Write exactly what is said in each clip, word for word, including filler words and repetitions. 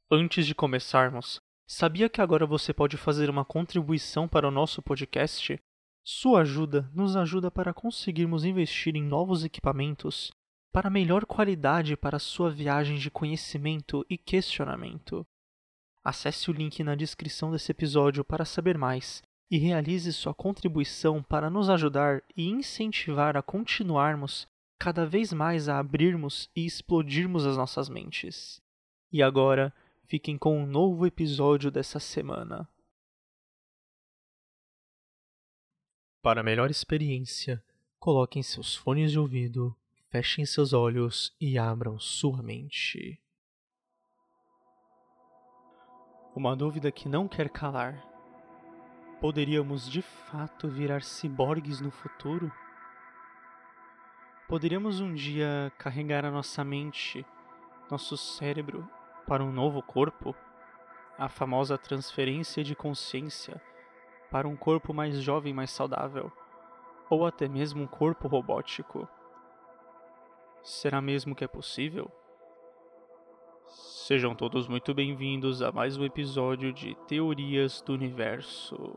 Antes de começarmos, sabia que agora você pode fazer uma contribuição para o nosso podcast? Sua ajuda nos ajuda para conseguirmos investir em novos equipamentos para melhor qualidade para sua viagem de conhecimento e questionamento. Acesse o link na descrição desse episódio para saber mais e realize sua contribuição para nos ajudar e incentivar a continuarmos cada vez mais a abrirmos e explodirmos as nossas mentes. E agora, fiquem com um novo episódio dessa semana. Para melhor experiência, coloquem seus fones de ouvido, fechem seus olhos e abram sua mente. Uma dúvida que não quer calar. Poderíamos de fato virar ciborgues no futuro? Poderíamos um dia carregar a nossa mente, nosso cérebro, para um novo corpo? A famosa transferência de consciência para um corpo mais jovem, mais saudável, ou até mesmo um corpo robótico. Será mesmo que é possível? Sejam todos muito bem-vindos a mais um episódio de Teorias do Universo.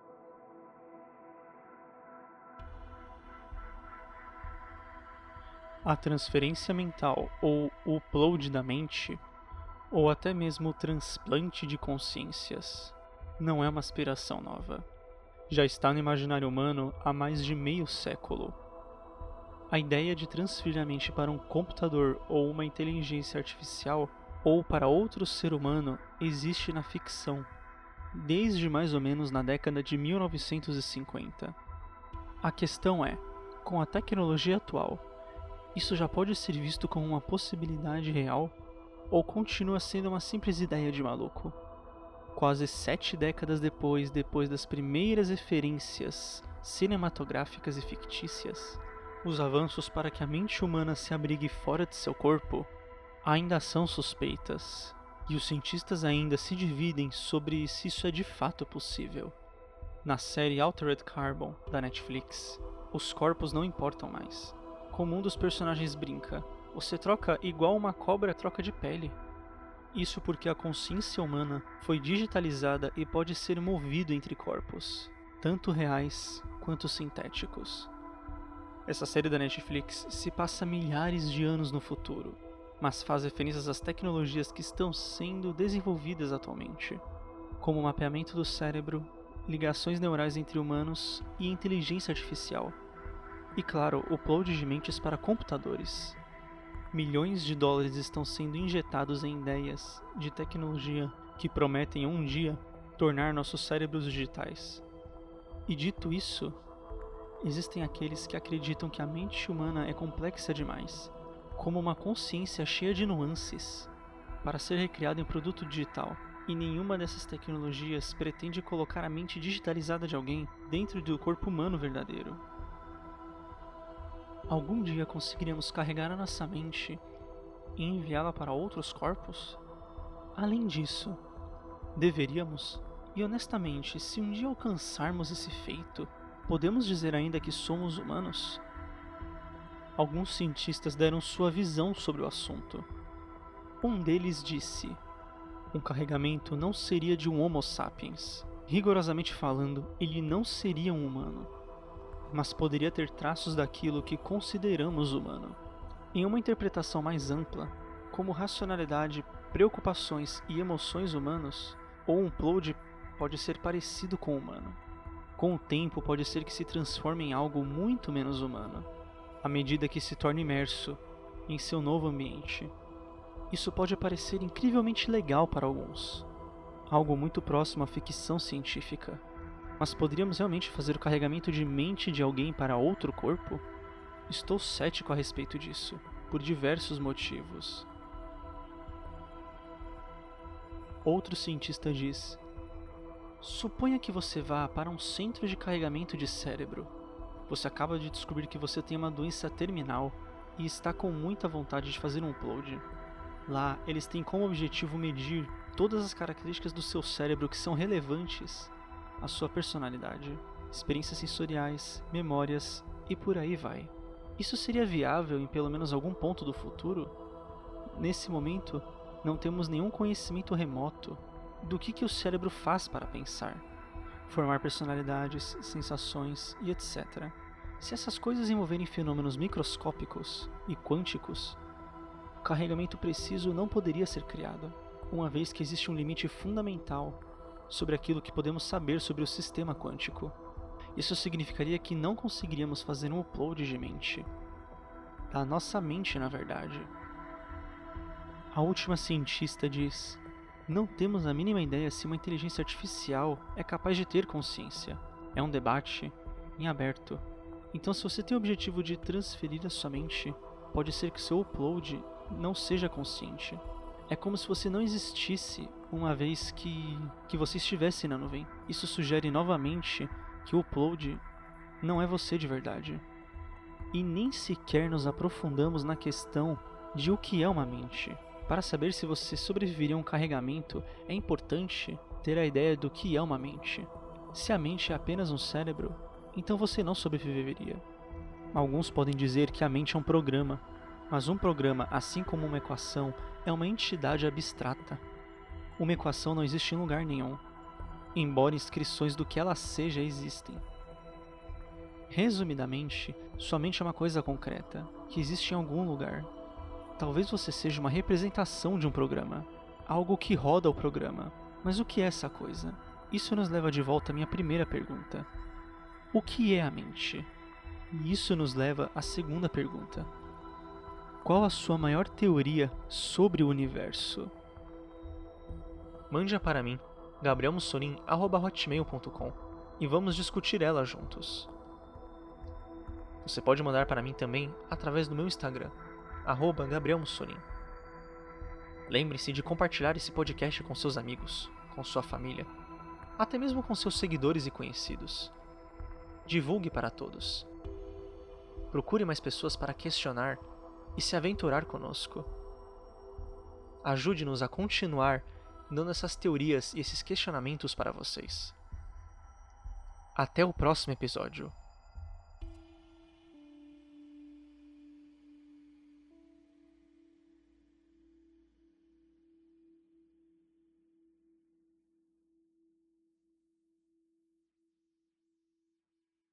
A transferência mental, ou o upload da mente, ou até mesmo o transplante de consciências, não é uma aspiração nova. Já está no imaginário humano há mais de meio século. A ideia de transferir a mente para um computador ou uma inteligência artificial ou para outro ser humano existe na ficção, desde mais ou menos na década de mil novecentos e cinquenta. A questão é, com a tecnologia atual, isso já pode ser visto como uma possibilidade real ou continua sendo uma simples ideia de maluco? Quase sete décadas depois, depois das primeiras referências cinematográficas e fictícias, os avanços para que a mente humana se abrigue fora de seu corpo ainda são suspeitas, e os cientistas ainda se dividem sobre se isso é de fato possível. Na série Altered Carbon, da Netflix, os corpos não importam mais. Como um dos personagens brinca, você troca igual uma cobra troca de pele. Isso porque a consciência humana foi digitalizada e pode ser movido entre corpos, tanto reais quanto sintéticos. Essa série da Netflix se passa milhares de anos no futuro, mas faz referências às tecnologias que estão sendo desenvolvidas atualmente, como o mapeamento do cérebro, ligações neurais entre humanos e inteligência artificial. E claro, o upload de mentes para computadores. Milhões de dólares estão sendo injetados em ideias de tecnologia que prometem um dia tornar nossos cérebros digitais. E dito isso, existem aqueles que acreditam que a mente humana é complexa demais, como uma consciência cheia de nuances, para ser recriada em produto digital, e nenhuma dessas tecnologias pretende colocar a mente digitalizada de alguém dentro do corpo humano verdadeiro. Algum dia conseguiremos carregar a nossa mente e enviá-la para outros corpos? Além disso, deveríamos, e honestamente, se um dia alcançarmos esse feito, podemos dizer ainda que somos humanos? Alguns cientistas deram sua visão sobre o assunto. Um deles disse: um carregamento não seria de um Homo sapiens. Rigorosamente falando, ele não seria um humano, mas poderia ter traços daquilo que consideramos humano. Em uma interpretação mais ampla, como racionalidade, preocupações e emoções humanos, ou um upload pode ser parecido com o humano. Com o tempo pode ser que se transforme em algo muito menos humano, à medida que se torna imerso em seu novo ambiente. Isso pode parecer incrivelmente legal para alguns, algo muito próximo à ficção científica. Mas poderíamos realmente fazer o carregamento de mente de alguém para outro corpo? Estou cético a respeito disso, por diversos motivos. Outro cientista diz: suponha que você vá para um centro de carregamento de cérebro. Você acaba de descobrir que você tem uma doença terminal e está com muita vontade de fazer um upload. Lá, eles têm como objetivo medir todas as características do seu cérebro que são relevantes a sua personalidade, experiências sensoriais, memórias e por aí vai. Isso seria viável em pelo menos algum ponto do futuro? Nesse momento, não temos nenhum conhecimento remoto do que, que o cérebro faz para pensar, formar personalidades, sensações e etcétera. Se essas coisas envolverem fenômenos microscópicos e quânticos, o carregamento preciso não poderia ser criado, uma vez que existe um limite fundamental sobre aquilo que podemos saber sobre o sistema quântico. Isso significaria que não conseguiríamos fazer um upload de mente, da nossa mente na verdade. A última cientista diz: não temos a mínima ideia se uma inteligência artificial é capaz de ter consciência. É um debate em aberto. Então, se você tem o objetivo de transferir a sua mente, pode ser que seu upload não seja consciente. É como se você não existisse uma vez que, que você estivesse na nuvem. Isso sugere novamente que o upload não é você de verdade. E nem sequer nos aprofundamos na questão de o que é uma mente. Para saber se você sobreviveria a um carregamento, é importante ter a ideia do que é uma mente. Se a mente é apenas um cérebro, então você não sobreviveria. Alguns podem dizer que a mente é um programa, mas um programa, assim como uma equação, é uma entidade abstrata. Uma equação não existe em lugar nenhum, embora inscrições do que ela seja existem. Resumidamente, sua mente é uma coisa concreta, que existe em algum lugar. Talvez você seja uma representação de um programa, algo que roda o programa. Mas o que é essa coisa? Isso nos leva de volta à minha primeira pergunta. O que é a mente? E isso nos leva à segunda pergunta. Qual a sua maior teoria sobre o universo? Mande-a para mim, gabriel mussolin arroba hotmail ponto com, e vamos discutir ela juntos. Você pode mandar para mim também através do meu Instagram, arroba gabriel mussolin. Lembre-se de compartilhar esse podcast com seus amigos, com sua família, até mesmo com seus seguidores e conhecidos. Divulgue para todos. Procure mais pessoas para questionar e se aventurar conosco. Ajude-nos a continuar dando essas teorias e esses questionamentos para vocês. Até o próximo episódio.